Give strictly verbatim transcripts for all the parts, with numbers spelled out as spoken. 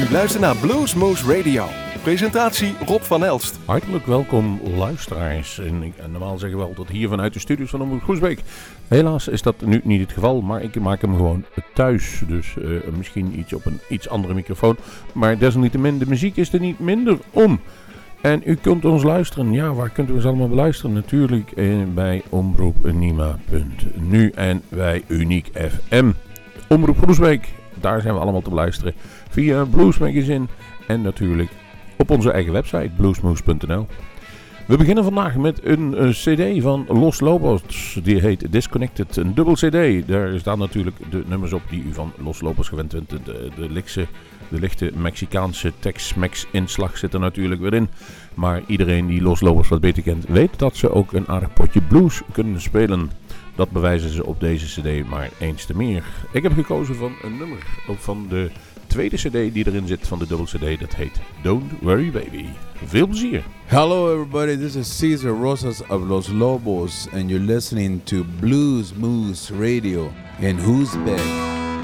U luistert naar Bluesmoose Radio. Presentatie Rob van Elst. Hartelijk welkom luisteraars. En ik, en normaal zeggen we altijd hier vanuit de studios van Omroep Groesbeek. Helaas is dat nu niet het geval, maar ik maak hem gewoon thuis. Dus uh, misschien iets op een iets andere microfoon. Maar desalniettemin, de muziek is er niet minder om. En u kunt ons luisteren. Ja, waar kunt u ons allemaal beluisteren? Natuurlijk eh, bij omroep nima punt nu en bij Uniek F M. Omroep Groesbeek, daar zijn we allemaal te beluisteren. Via Blues Magazine en natuurlijk op onze eigen website bluesmoose punt n l. We beginnen vandaag met een, een cd van Los Lobos. Die heet Disconnected. Een dubbel cd. Daar staan natuurlijk de nummers op die u van Los Lobos gewend bent. De, de, de, lichtse, de lichte Mexicaanse Tex-Mex inslag zit er natuurlijk weer in. Maar iedereen die Los Lobos wat beter kent, weet dat ze ook een aardig potje blues kunnen spelen. Dat bewijzen ze op deze cd maar eens te meer. Ik heb gekozen van een nummer ook van de tweede cd die erin zit van de dubbel cd. Dat heet Don't Worry Baby. Veel plezier. Hello everybody, this is Cesar Rosas of Los Lobos and you're listening to Bluesmoose Radio in Groesbeek.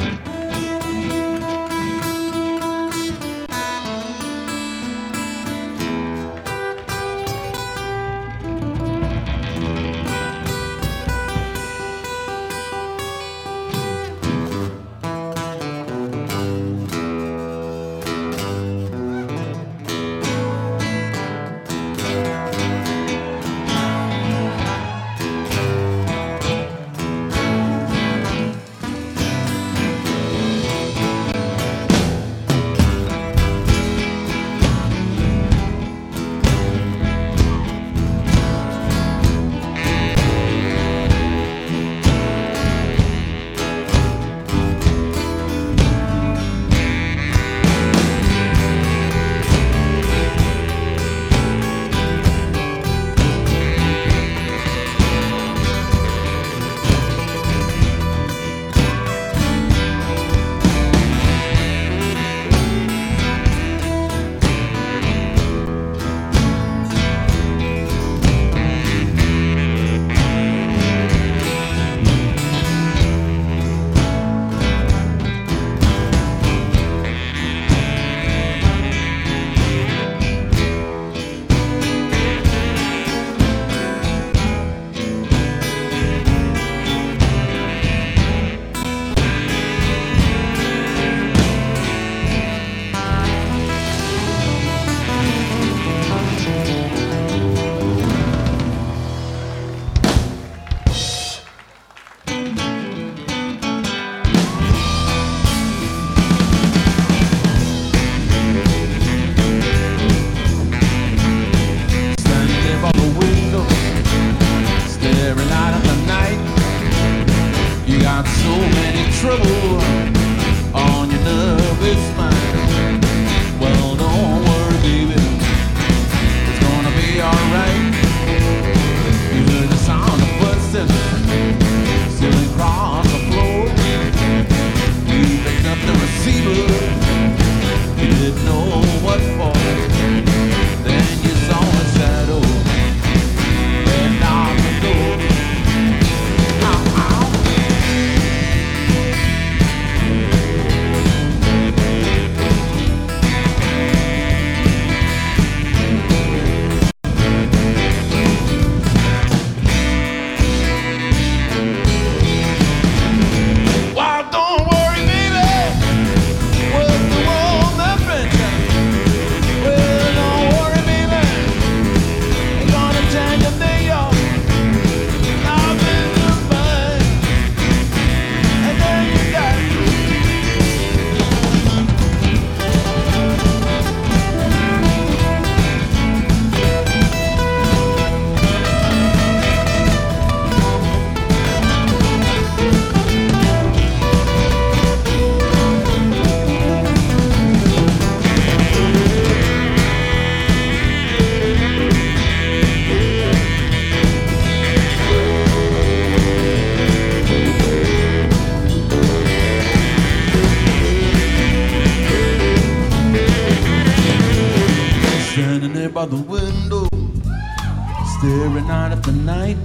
by the window, staring out at the night.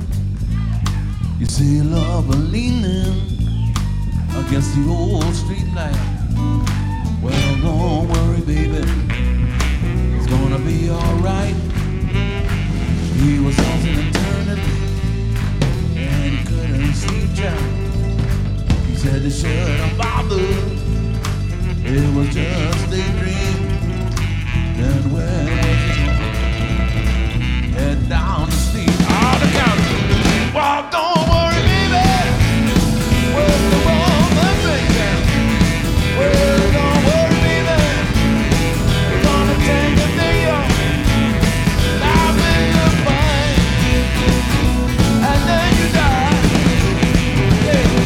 You see a lover leaning against the old street light. Well, don't worry, baby, it's gonna be alright. He was tossing and turning, and he couldn't sleep, child. He said he shouldn't bother, it was just a dream. Then where was he going? Head down the street, on the counter. Well, don't worry, baby, where's the wrong thing down? Well, don't worry, baby, we're gonna take a day off. Life is a fight, and then you die. Yeah.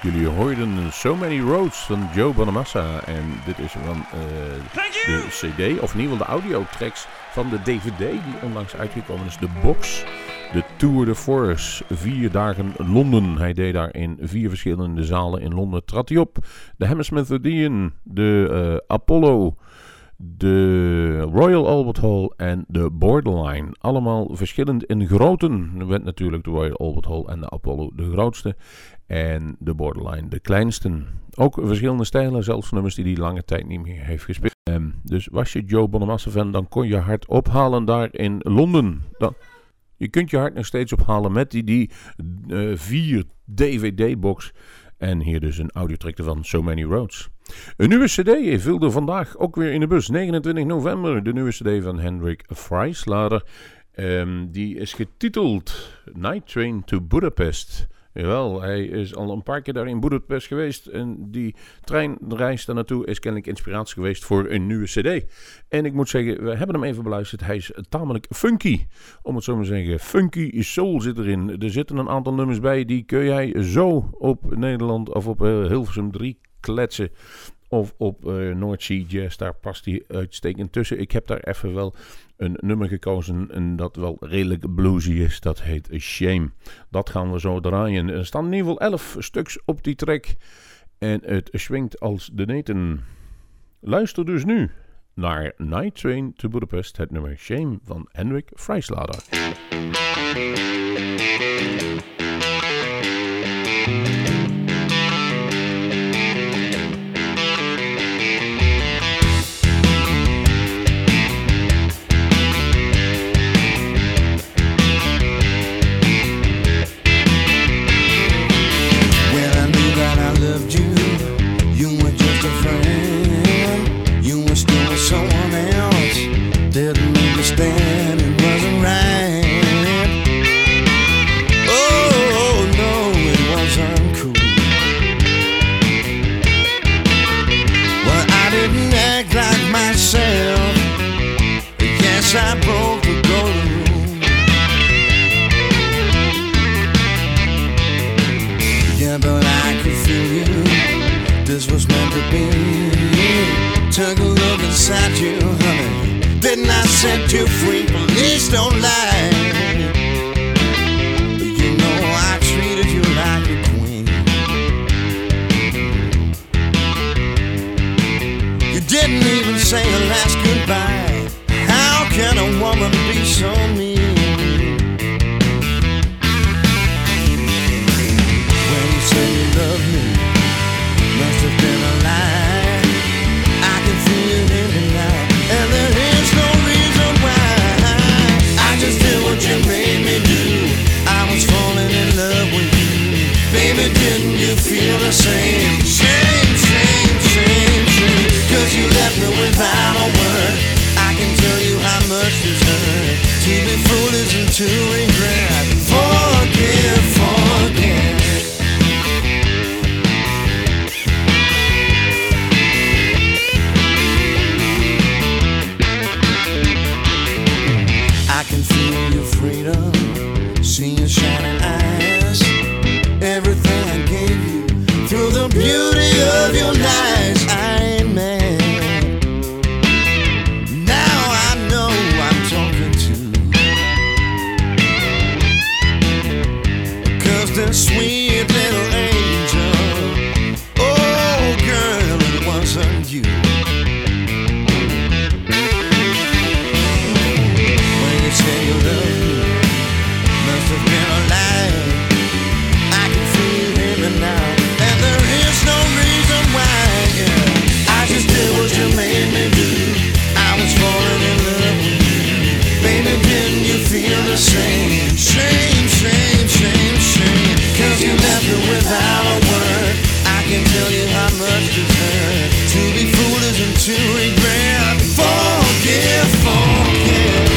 Jullie hoorden So Many Roads van Joe Bonamassa. En dit is van uh, de cd, of in ieder geval de audiotracks van de D V D die onlangs uitgekomen is. De box, de Tour de Force. Vier dagen Londen. Hij deed daar in vier verschillende zalen in Londen. Trad hij op. De Hammersmith Odeon, de uh, Apollo, de Royal Albert Hall en de Borderline. Allemaal verschillend in grootte. Er werd natuurlijk de Royal Albert Hall en de Apollo de grootste. En de Borderline de kleinste. Ook verschillende stijlen, zelfs nummers die hij lange tijd niet meer heeft gespeeld. Um, dus was je Joe Bonamassa fan, dan kon je hart ophalen daar in Londen. Dan, je kunt je hart nog steeds ophalen met die, die uh, vier D V D-box. En hier dus een audiotrack van So Many Roads. Een nieuwe cd viel er vandaag ook weer in de bus. negenentwintig november, de nieuwe cd van Hendrik Freislader. Um, die is getiteld Night Train to Budapest. Jawel, hij is al een paar keer daar in Budapest geweest. En die treinreis daar naartoe is kennelijk inspiratie geweest voor een nieuwe cd. En ik moet zeggen, we hebben hem even beluisterd. Hij is tamelijk funky, om het zo maar te zeggen. Funky soul zit erin. Er zitten een aantal nummers bij, die kun jij zo op Nederland of op uh, Hilversum drie kletsen. Of op uh, North Sea Jazz, daar past hij uitstekend tussen. Ik heb daar even wel een nummer gekozen en dat wel redelijk bluesy is. Dat heet Shame. Dat gaan we zo draaien. Er staan in ieder geval elf stuks op die track. En het swingt als de neten. Luister dus nu naar Night Train to Budapest. Het nummer Shame van Hendrik Freislader. Didn't understand, it wasn't right. Oh no, it wasn't cool. Well, I didn't act like myself. Yes, I broke the golden rule. Yeah, but I could feel you. This was meant to be. Took a look inside you, honey. Didn't I set you free? Please don't lie. You know I treated you like a queen. You didn't even say a last goodbye. How can a woman be so mean? When you say you love me, must have been a lie. I can feel it in me now. And there is no reason why. I just did what you made me do. I was falling in love with you. Baby, didn't you feel the same? Shame, shame, shame, shame. Cause you left me without a word. I can tell you how much this hurt. To be foolish and to regret. Forgive, forget. I can feel your freedom, see your shining eyes. Everything I gave you, through the beauty of your lies. I ain't mad. Now I know I'm talking to. Cause the sweet little angel, oh girl, it wasn't you. Say you love me, must have been a lie. I can feel him now, and there is no reason why. Yeah. I just did what you made me do. I was falling in love with you. Baby, didn't you feel the same? Shame, shame, shame, shame. Cause you left me without a word. I can tell you how much it hurt. To be foolish and to regret. Forgive, forgive.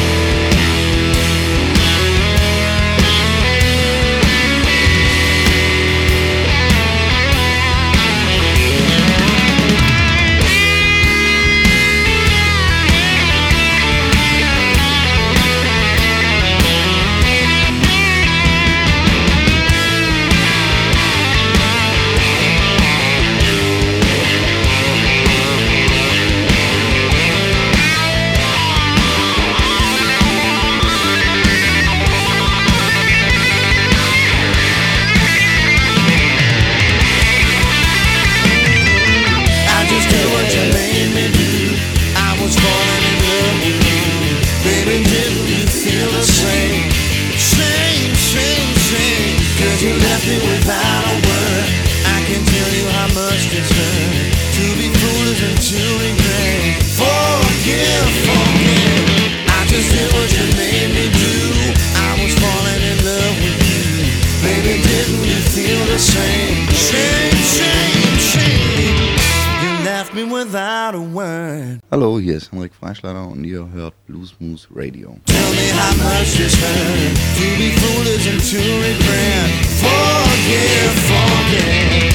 feel the same. Shame, shame, shame. You left me without a word. Hallo, hier ist Henrik Freischlader und ihr hört Bluesmoose Radio. Tell me how much this hurt. To be foolish and to regret. Forget, forget.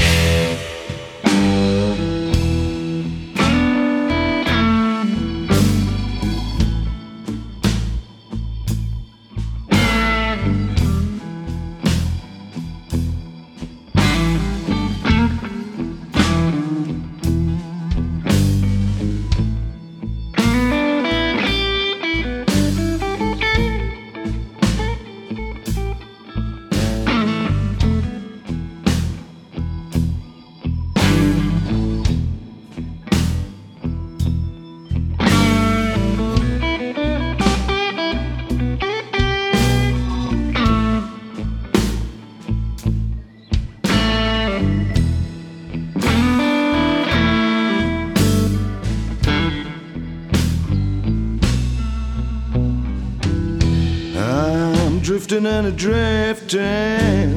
Drifting and drifting,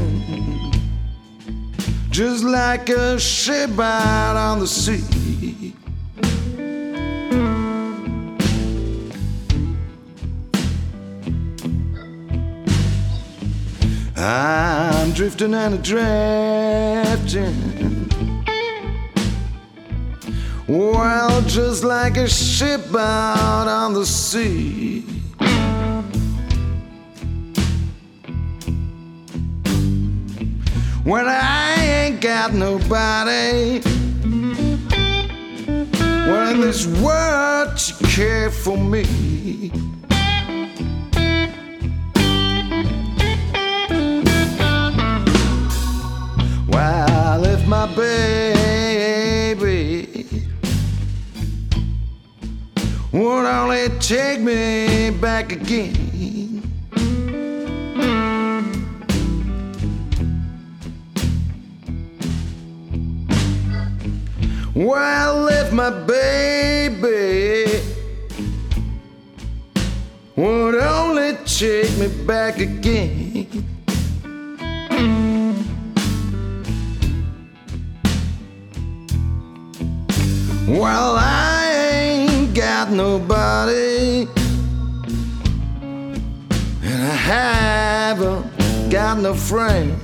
just like a ship out on the sea. I'm drifting and drifting, well, just like a ship out on the sea. When I ain't got nobody, when in this world you care for me. Well, if my baby would only take me back again. Well, if my baby would only take me back again. Well, I ain't got nobody, and I haven't got no friend.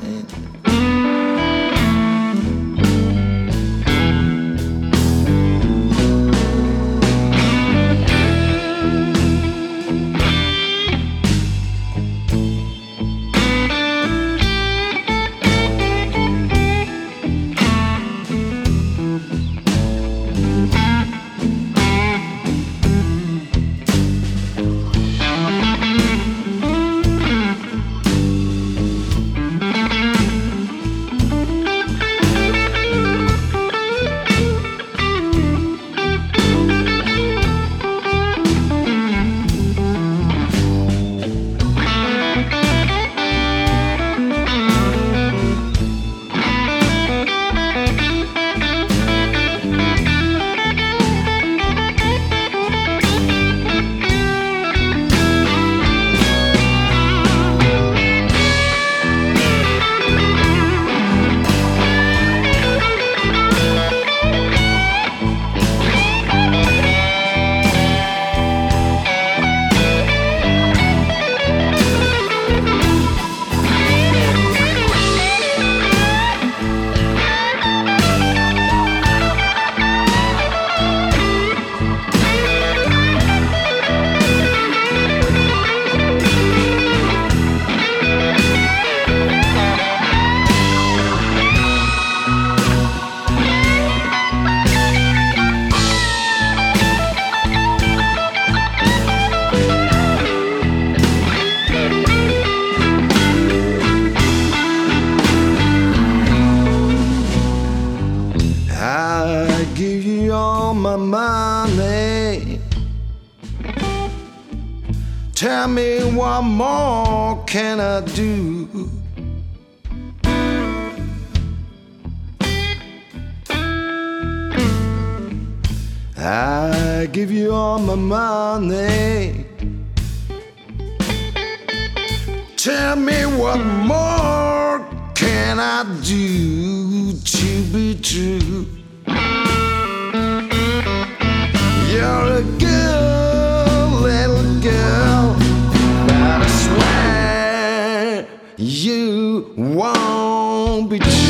Tell me what more can I do? I give you all my money. Tell me what more can can I do to be true? You're a good little girl, but I swear you won't be true.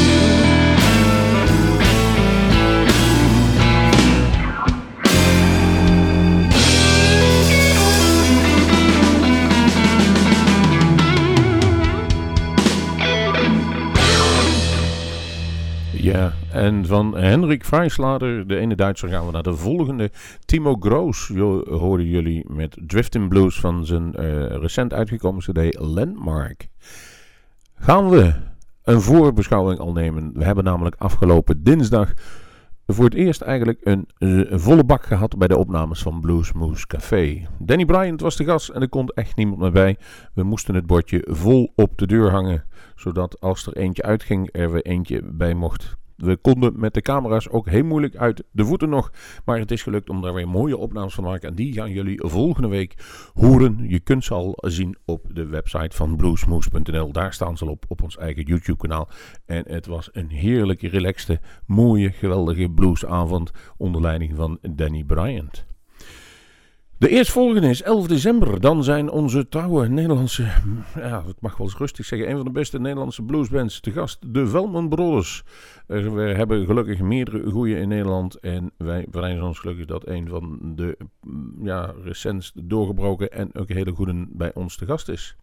Ja, en van Henrik Freislader, de ene Duitser, gaan we naar de volgende. Timo Groos hoorden jullie met Drifting Blues van zijn uh, recent uitgekomen cd Landmark. Gaan we een voorbeschouwing al nemen. We hebben namelijk afgelopen dinsdag voor het eerst eigenlijk een, een volle bak gehad bij de opnames van Blues Moose Café. Danny Bryant was de gast en er kon echt niemand meer bij. We moesten het bordje vol op de deur hangen, zodat als er eentje uitging, er weer eentje bij mocht. We konden met de camera's ook heel moeilijk uit de voeten nog. Maar het is gelukt om daar weer mooie opnames van te maken. En die gaan jullie volgende week horen. Je kunt ze al zien op de website van bluesmoose punt n l. Daar staan ze al op, op ons eigen YouTube kanaal. En het was een heerlijke, relaxte, mooie, geweldige bluesavond onder leiding van Danny Bryant. De eerstvolgende is elf december. Dan zijn onze trouwe Nederlandse, ja, het mag wel eens rustig zeggen, een van de beste Nederlandse bluesbands te gast, de Veltman Brothers. Uh, we hebben gelukkig meerdere goeie in Nederland en wij zijn ons gelukkig dat een van de ja, recentst doorgebroken en ook hele goede bij ons te gast is.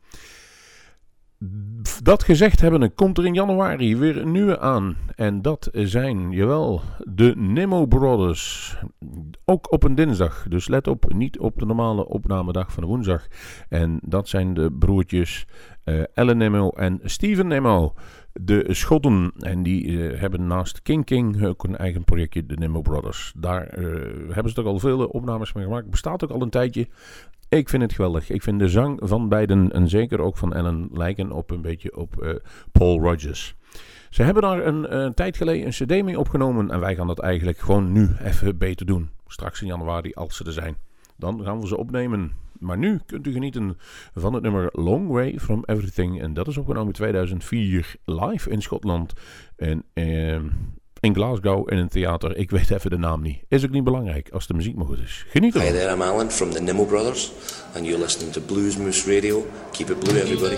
Dat gezegd hebbende komt er in januari weer een nieuwe aan. En dat zijn, jawel, de Nemo Brothers. Ook op een dinsdag. Dus let op, niet op de normale opnamedag van de woensdag. En dat zijn de broertjes uh, Ellen Nemo en Steven Nemo. De Schotten. En die uh, hebben naast King King ook een eigen projectje, de Nemo Brothers. Daar uh, hebben ze toch al vele opnames mee gemaakt. Bestaat ook al een tijdje. Ik vind het geweldig. Ik vind de zang van beiden, en zeker ook van Ellen, lijken op een beetje op uh, Paul Rodgers. Ze hebben daar een, een tijd geleden een cd mee opgenomen en wij gaan dat eigenlijk gewoon nu even beter doen. Straks in januari, als ze er zijn. Dan gaan we ze opnemen. Maar nu kunt u genieten van het nummer Long Way From Everything. En dat is opgenomen in tweeduizend vier live in Schotland. En uh, in Glasgow in een theater. Ik weet even de naam niet. Is ook niet belangrijk als de muziek maar goed is. Geniet ervan. Hi there, I'm Alan from the Nemo Brothers. And you're listening to Blues Moose Radio. Keep it blue, everybody.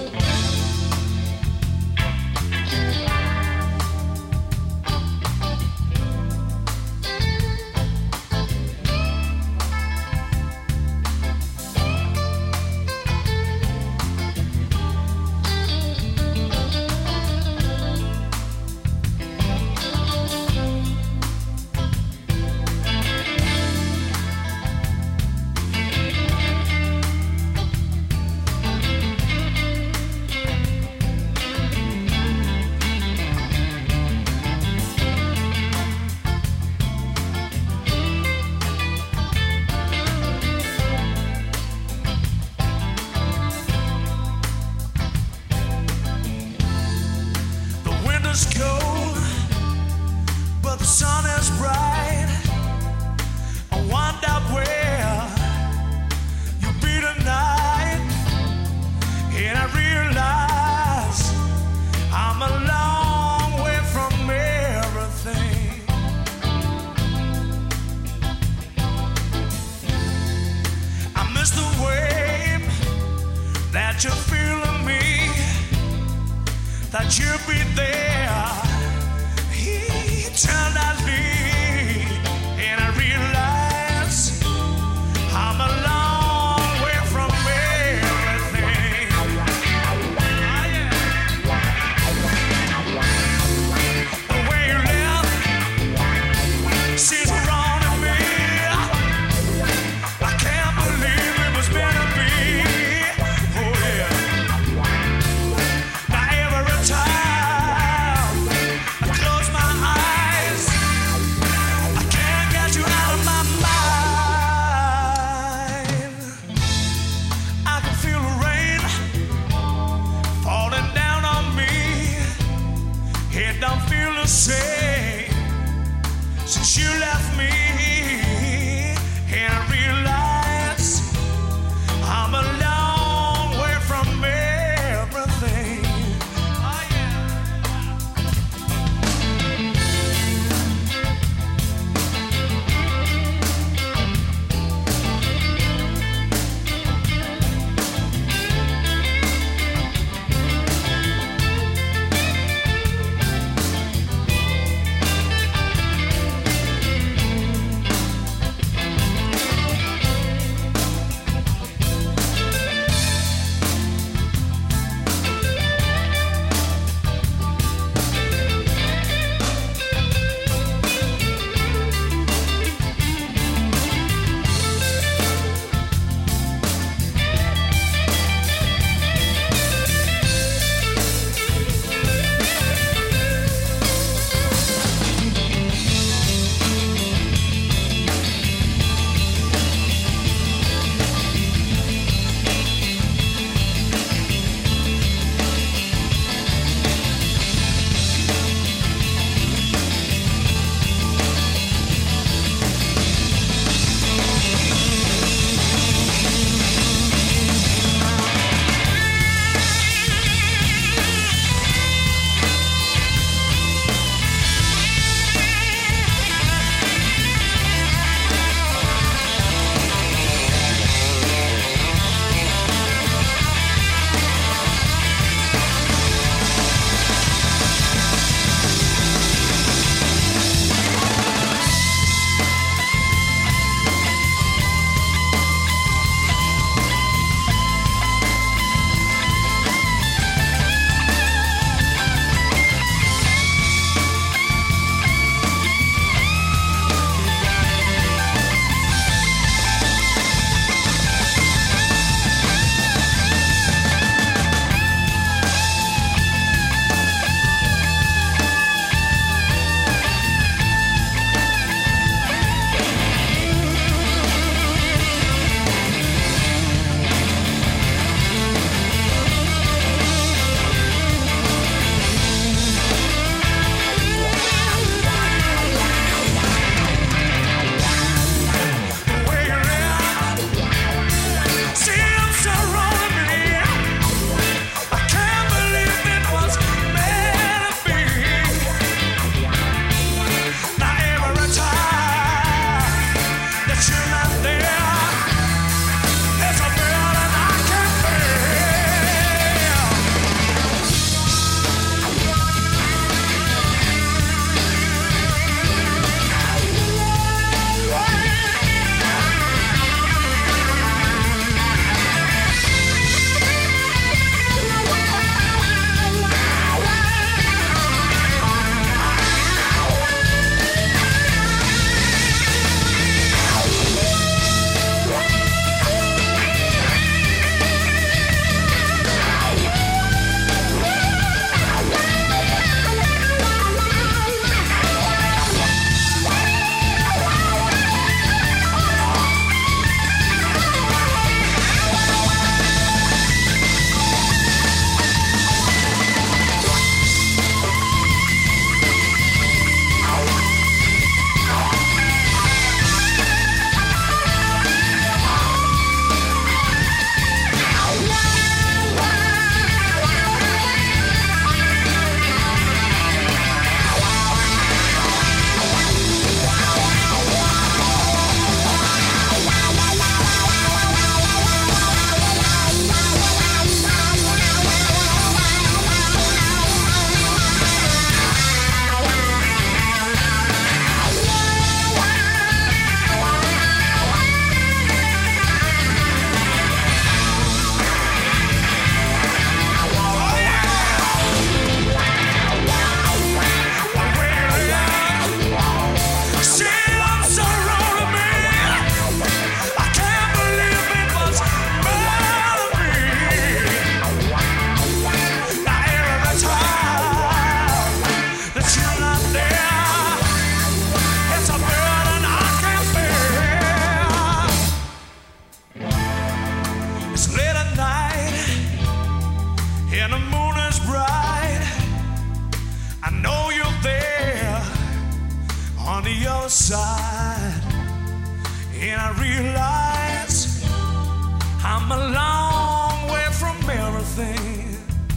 your side, and I realize I'm a long way from everything.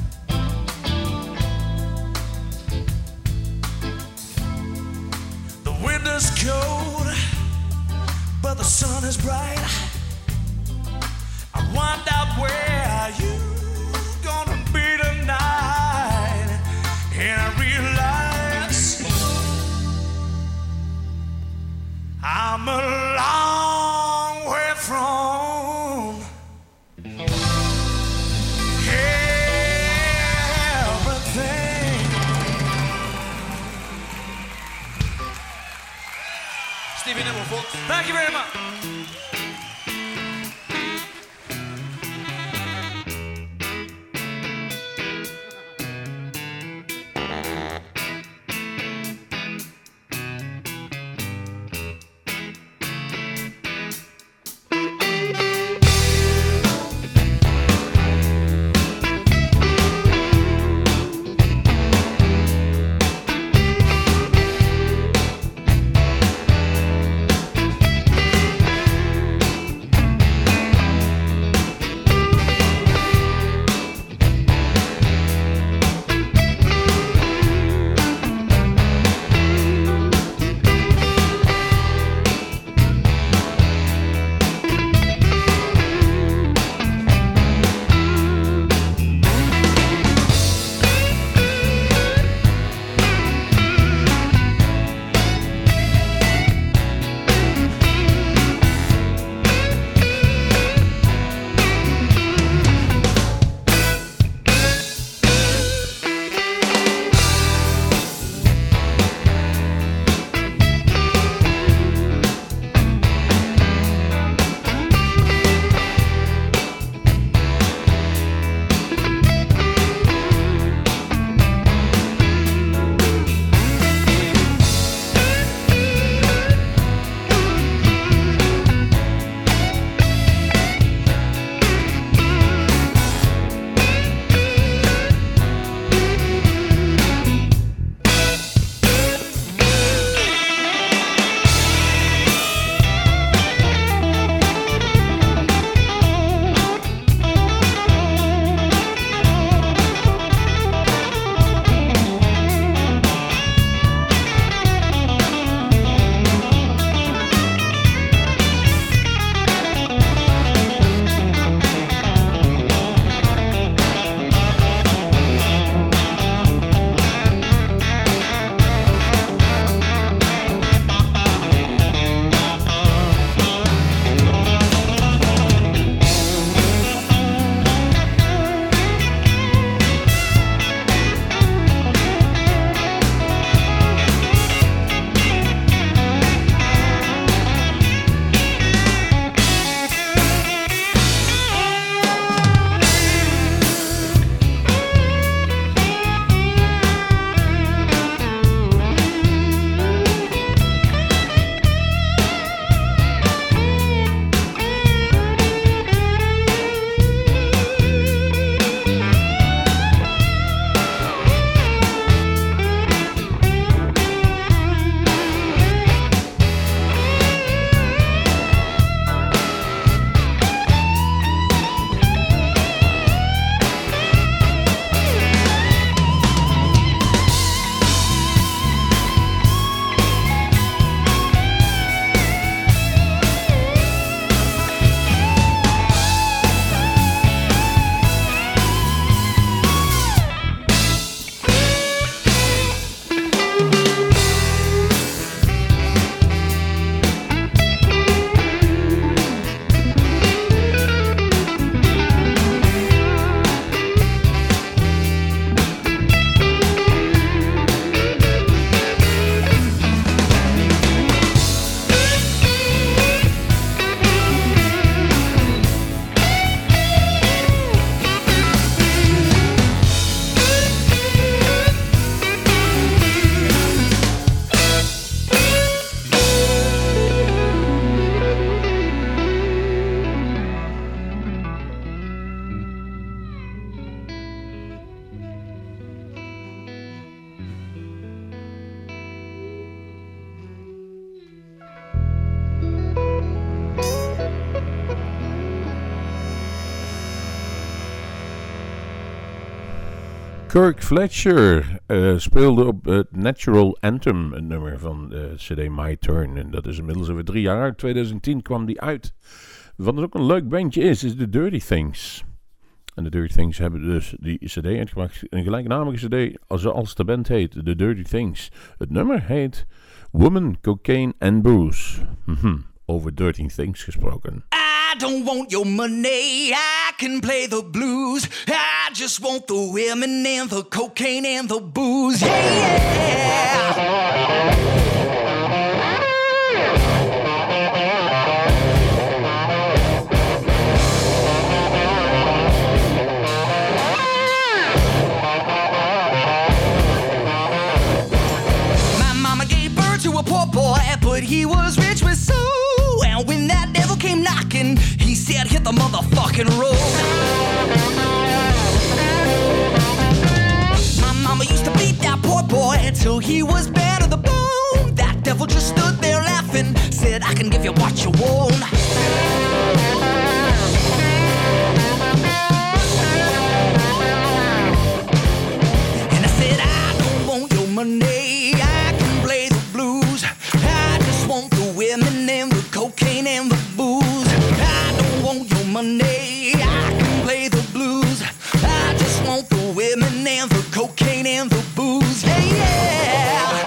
The winter's cold, but the sun is bright. I wonder where you gonna be tonight, and I realize I'm a long way from everything. Stevie Nickel, folks. Thank you very much. Kirk Fletcher uh, speelde op het Natural Anthem, een nummer van de C D My Turn. En dat is inmiddels over drie jaar uit. twintig tien kwam die uit. Wat ook een leuk bandje is, is de Dirty Things. En de Dirty Things hebben dus die cd uitgebracht. Een gelijknamige cd als, als de band heet, The Dirty Things. Het nummer heet Woman, Cocaine and Booze. Mm-hmm. Over Dirty Things gesproken. I don't want your money, I can play the blues. I just want the women and the cocaine and the booze. Yeah, yeah. To a poor boy, but he was rich with soul. And when that devil came knocking, he said, hit the motherfucking road. My mama used to beat that poor boy until he was bad to the bone. That devil just stood there laughing, said, I can give you what you want. And I said, I don't want your money, I can play the blues. I just want the women and the cocaine and the booze. I don't want your money, I can play the blues. I just want the women and the cocaine and the booze. Yeah, yeah.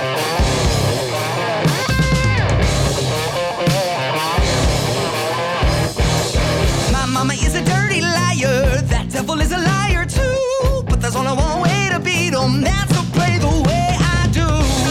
My mama is a dirty liar, that devil is a liar too. But there's only one way to beat him, that's to play the way I do.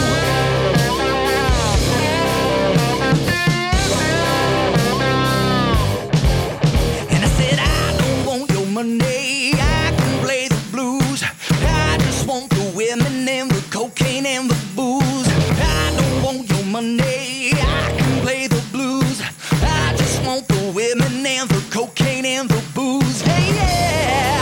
And I said, I don't want your money, I can play the blues. I just want the women and the cocaine and the booze. I don't want your money, I can play the blues. I just want the women and the cocaine and the booze. Hey, yeah.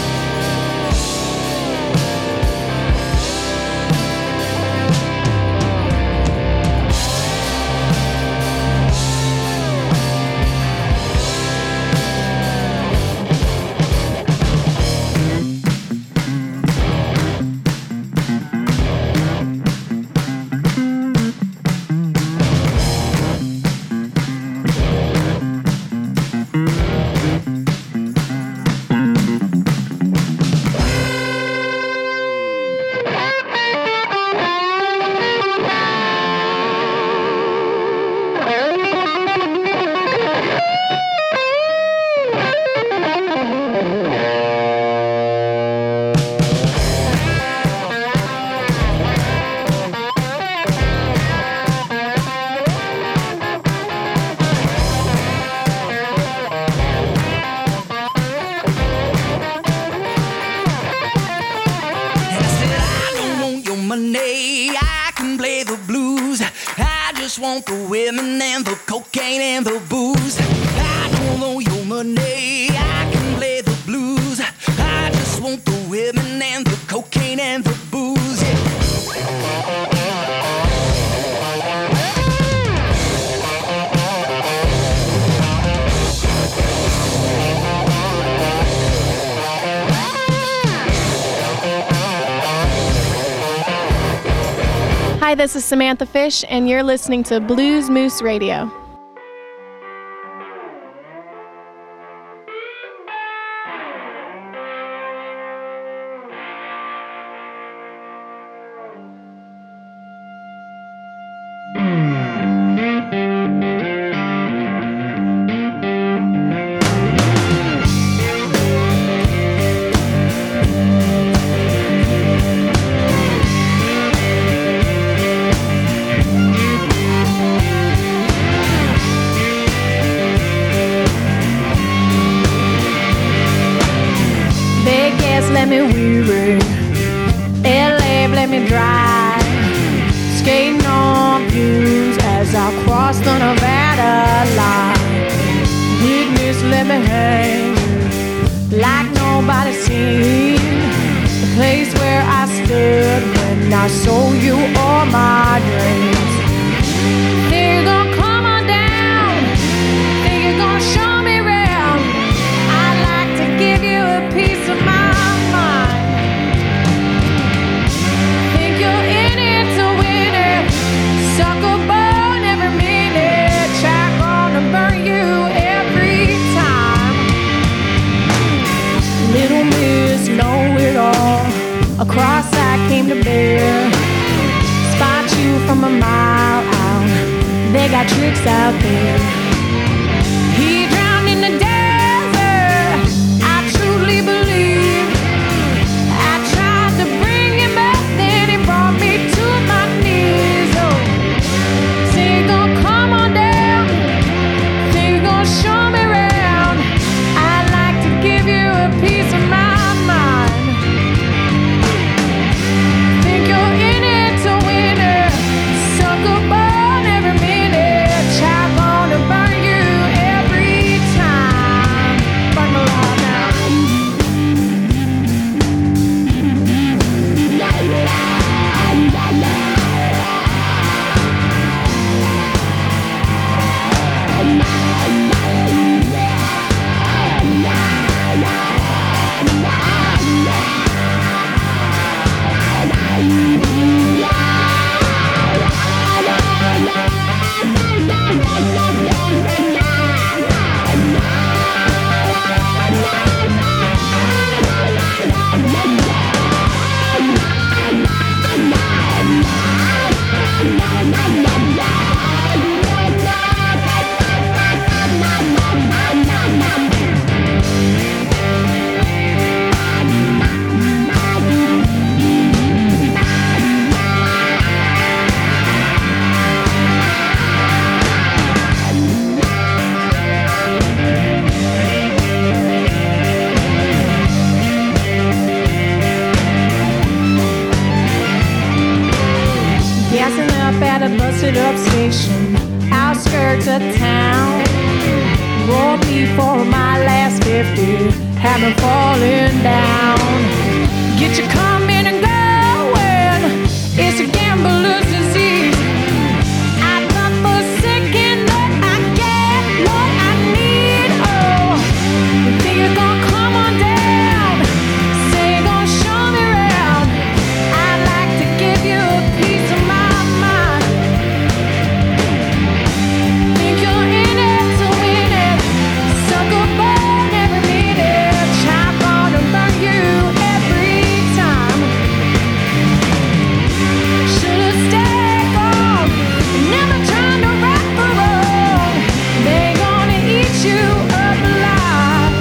money, I can play the blues. I just want the women and the cocaine and the booze. I don't owe you money, I can play the blues. I just want the women and the cocaine and the booze. Hi, this is Samantha Fish, and you're listening to Blues Moose Radio. Let me weary, L A let me dry, skating on fumes as I cross the Nevada line. Weakness let me hang like nobody seen, the place where I stood when I sold you all my dreams. Think you're gonna come on down, think you're gonna show me around. I'd like to give you a piece of my mind. cross-eyed came to bear. Spot you from a mile out. They got tricks out there. He drowned in the desert. I truly believe. I tried to bring him back, then he brought me to my knees. Oh, say you gonna come on down. Say you gonna show me around. I'd like to give you a piece of my mind. Think you're in it to win it. Sucker burn every minute. Chop on to burn you every time. Burn the law now. Gassing up at a busted up station, outskirts of town. Roll me for my last fifty, haven't fallen down. Get you coming and going, it's a gambler's disease. I thought for a second that I get what I need. Oh, you think you're gonna come on down? Say you're gonna show me around. I'd like to give you a piece of my mind. Think you're in it to win it. Sucker burn every minute. Chop on and burn you every time. Should've stayed on, never trying to right for wrong. They gonna eat you up alive.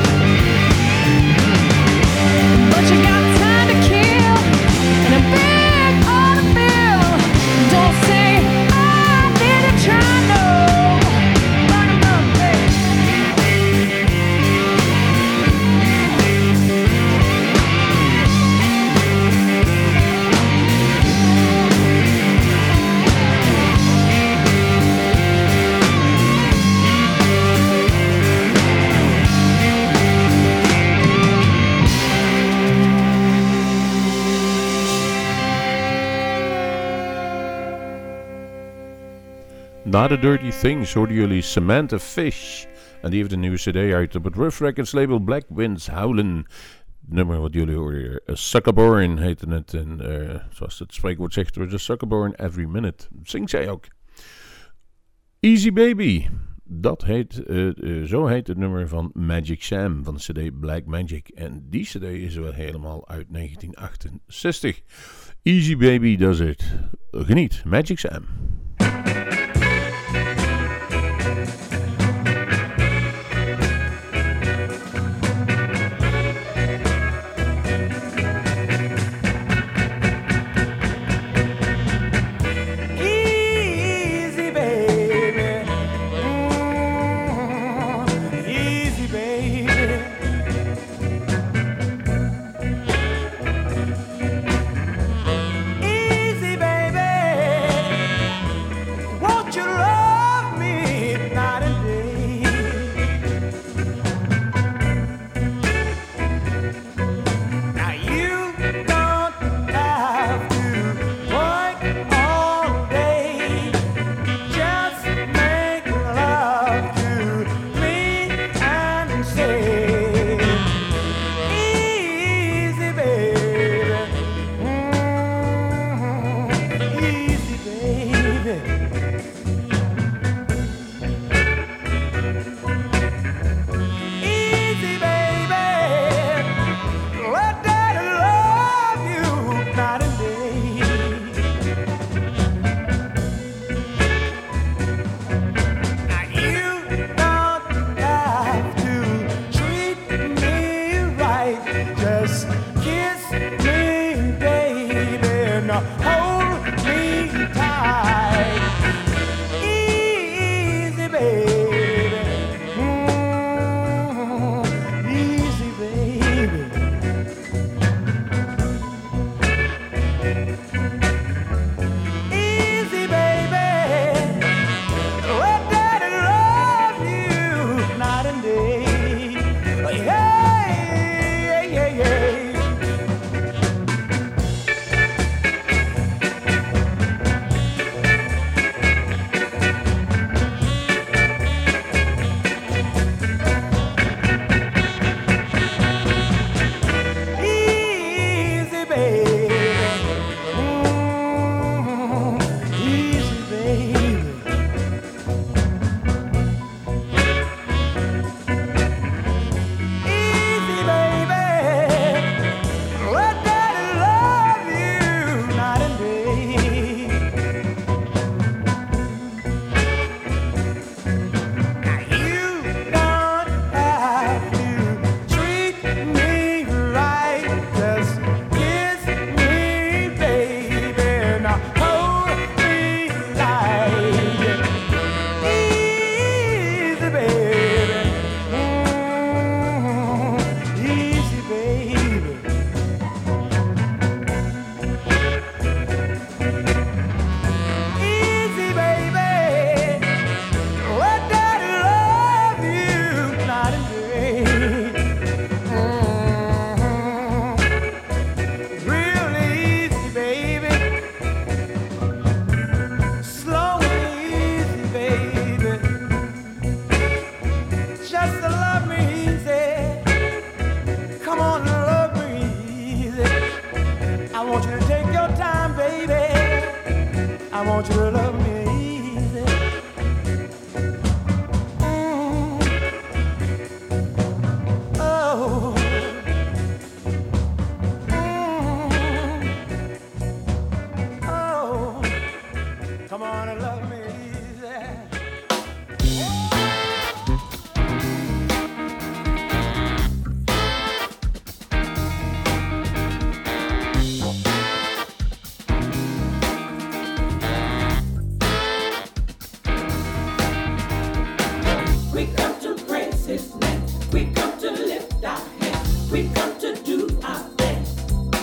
But you got time to kill and a big order bill. Don't say I didn't try, no. Burn 'em up, baby. Na The Dirty Things hoorden jullie Samantha Fish. En die heeft een nieuwe cd uit op het Rough Records label Black Winds Howlin'. Het nummer wat jullie hoorden, A Suckerborn heette het. En uh, zoals het spreekwoord zegt, er is a suckerborn every minute. Zingt zij ook. Easy Baby. Dat heet, uh, uh, zo heet het nummer van Magic Sam van de cd Black Magic. En die cd is wel helemaal uit negentien achtenzestig. Easy Baby does it. Geniet, Magic Sam. Easy, baby. Mm, easy, baby. Easy, baby. hold me tight. Easy, baby. Mm, easy, baby. Easy, baby. Well, Daddy loves you night and day. Hey, yeah, yeah, yeah. Easy, baby. Mm, easy, baby. Easy, baby. Well, Daddy love you night and day. Now you don't have to treat me right. Just kiss me, baby. Now hold me tight. Easy, baby. Mm, easy, baby. Easy, baby. Well, Daddy love you night and day. Mm, real easy, baby. Slow and easy, baby. Just to love me easy. Come on and love me easy. I want you to take your time, baby. I want you to love me easy. Mm. Oh. Mm. Oh. Come on and love me easy. We come to praise His name. We come to lift our hands. We come to do our best.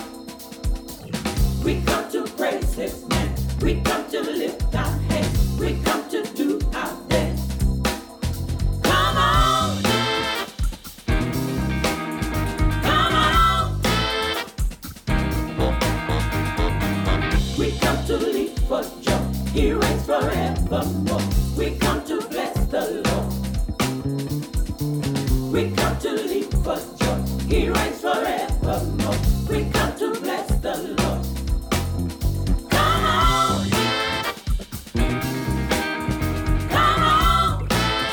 We come to praise His name. We come to lift our hands. We come to do our best. Come on. Come on. We come to leap for joy. He reigns forevermore. We come to bless the Lord. We come to leap for joy. He reigns forevermore. We come to bless the Lord. Come on. Come on.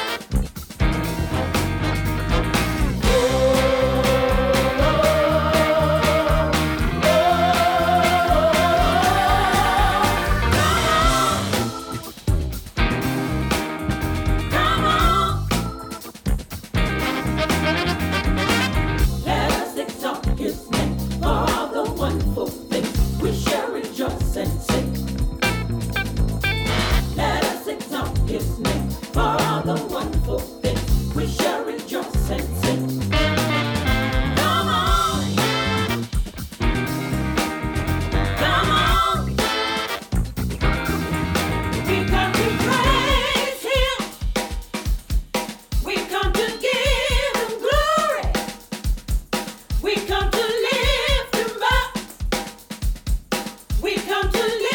Come on. Let us exalt His name for all the wonderful things we shall rejoice and sing. Let us exalt His name for all the wonderful things we shall rejoice and sing. Come on. Come on. We come to praise Him. We come to give Him glory. We come to lift Him up. We come to lift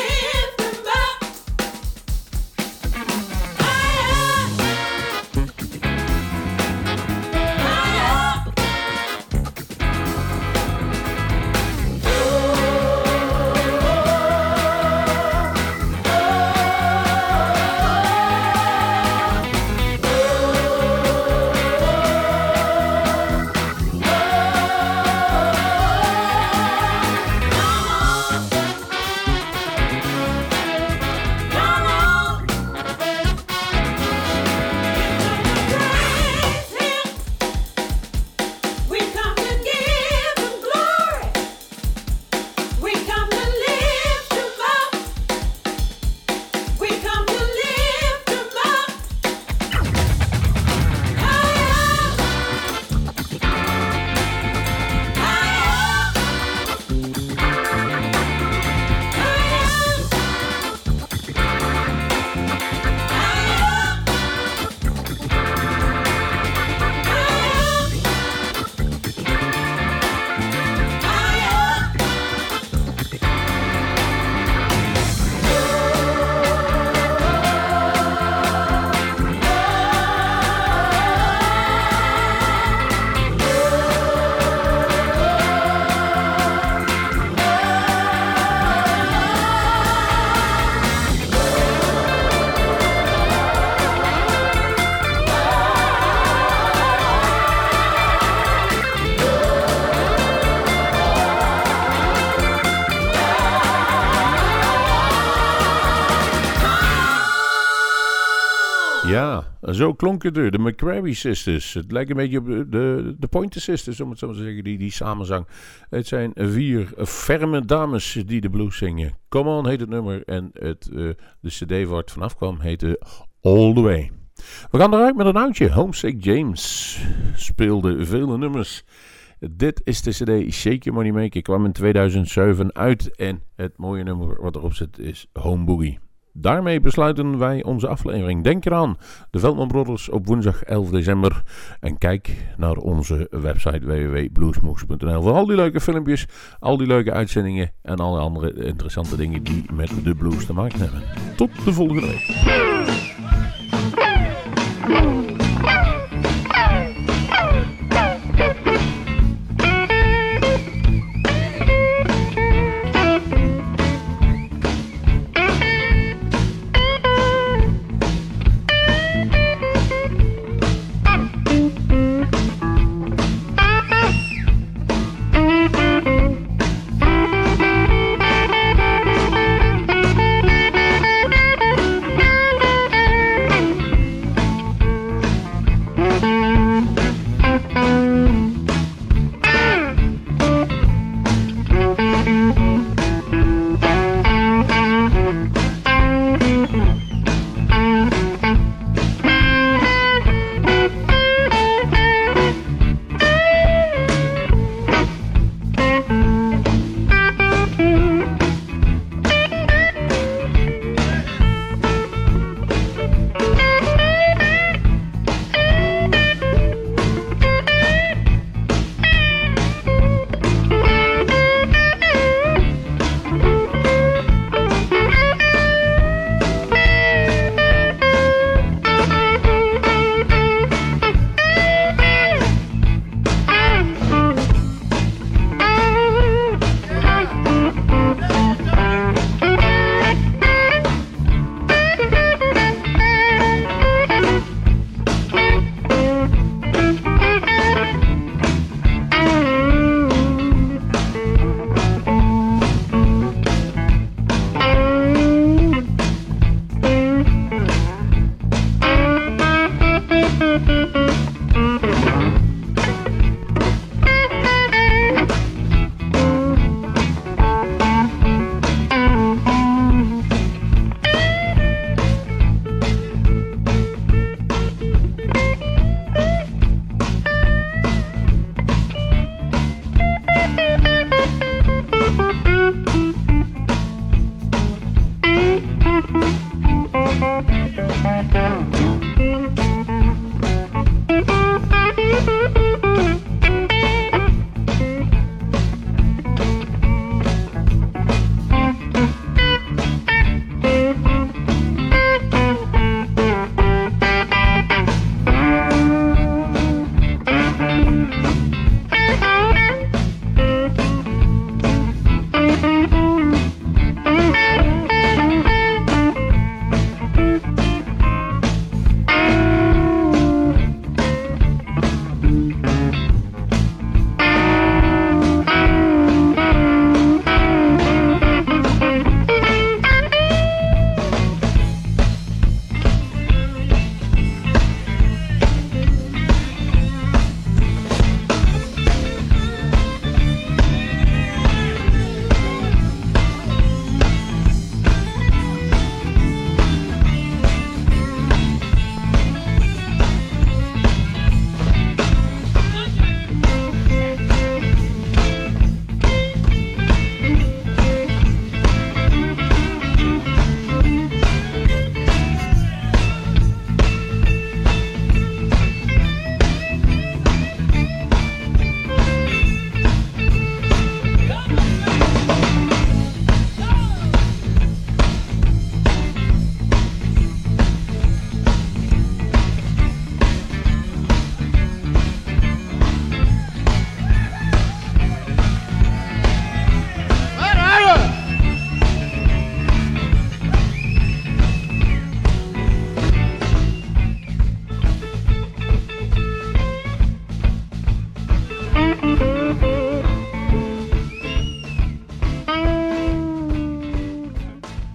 Ja, zo klonk het er. De McCrary Sisters. Het lijkt een beetje op de, de Pointer Sisters, om het zo maar te zeggen, die, die samenzang. Het zijn vier ferme dames die de blues zingen. Come On heet het nummer en het, uh, de cd waar het vanaf kwam heette All The Way. We gaan eruit met een oudje. Homesick James speelde vele nummers. Dit is de cd Shake Your Money Maker. Kwam in tweeduizend zeven uit en het mooie nummer wat erop zit is Home Boogie. Daarmee besluiten wij onze aflevering. Denk eraan, de Veldman Brothers op woensdag elf december. En kijk naar onze website w w w punt bluesmoose punt n l voor al die leuke filmpjes, al die leuke uitzendingen en alle andere interessante dingen die met de blues te maken hebben. Tot de volgende week.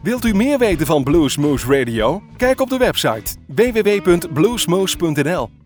Wilt u meer weten van Bluesmoose Radio? Kijk op de website w w w punt bluesmoose punt n l.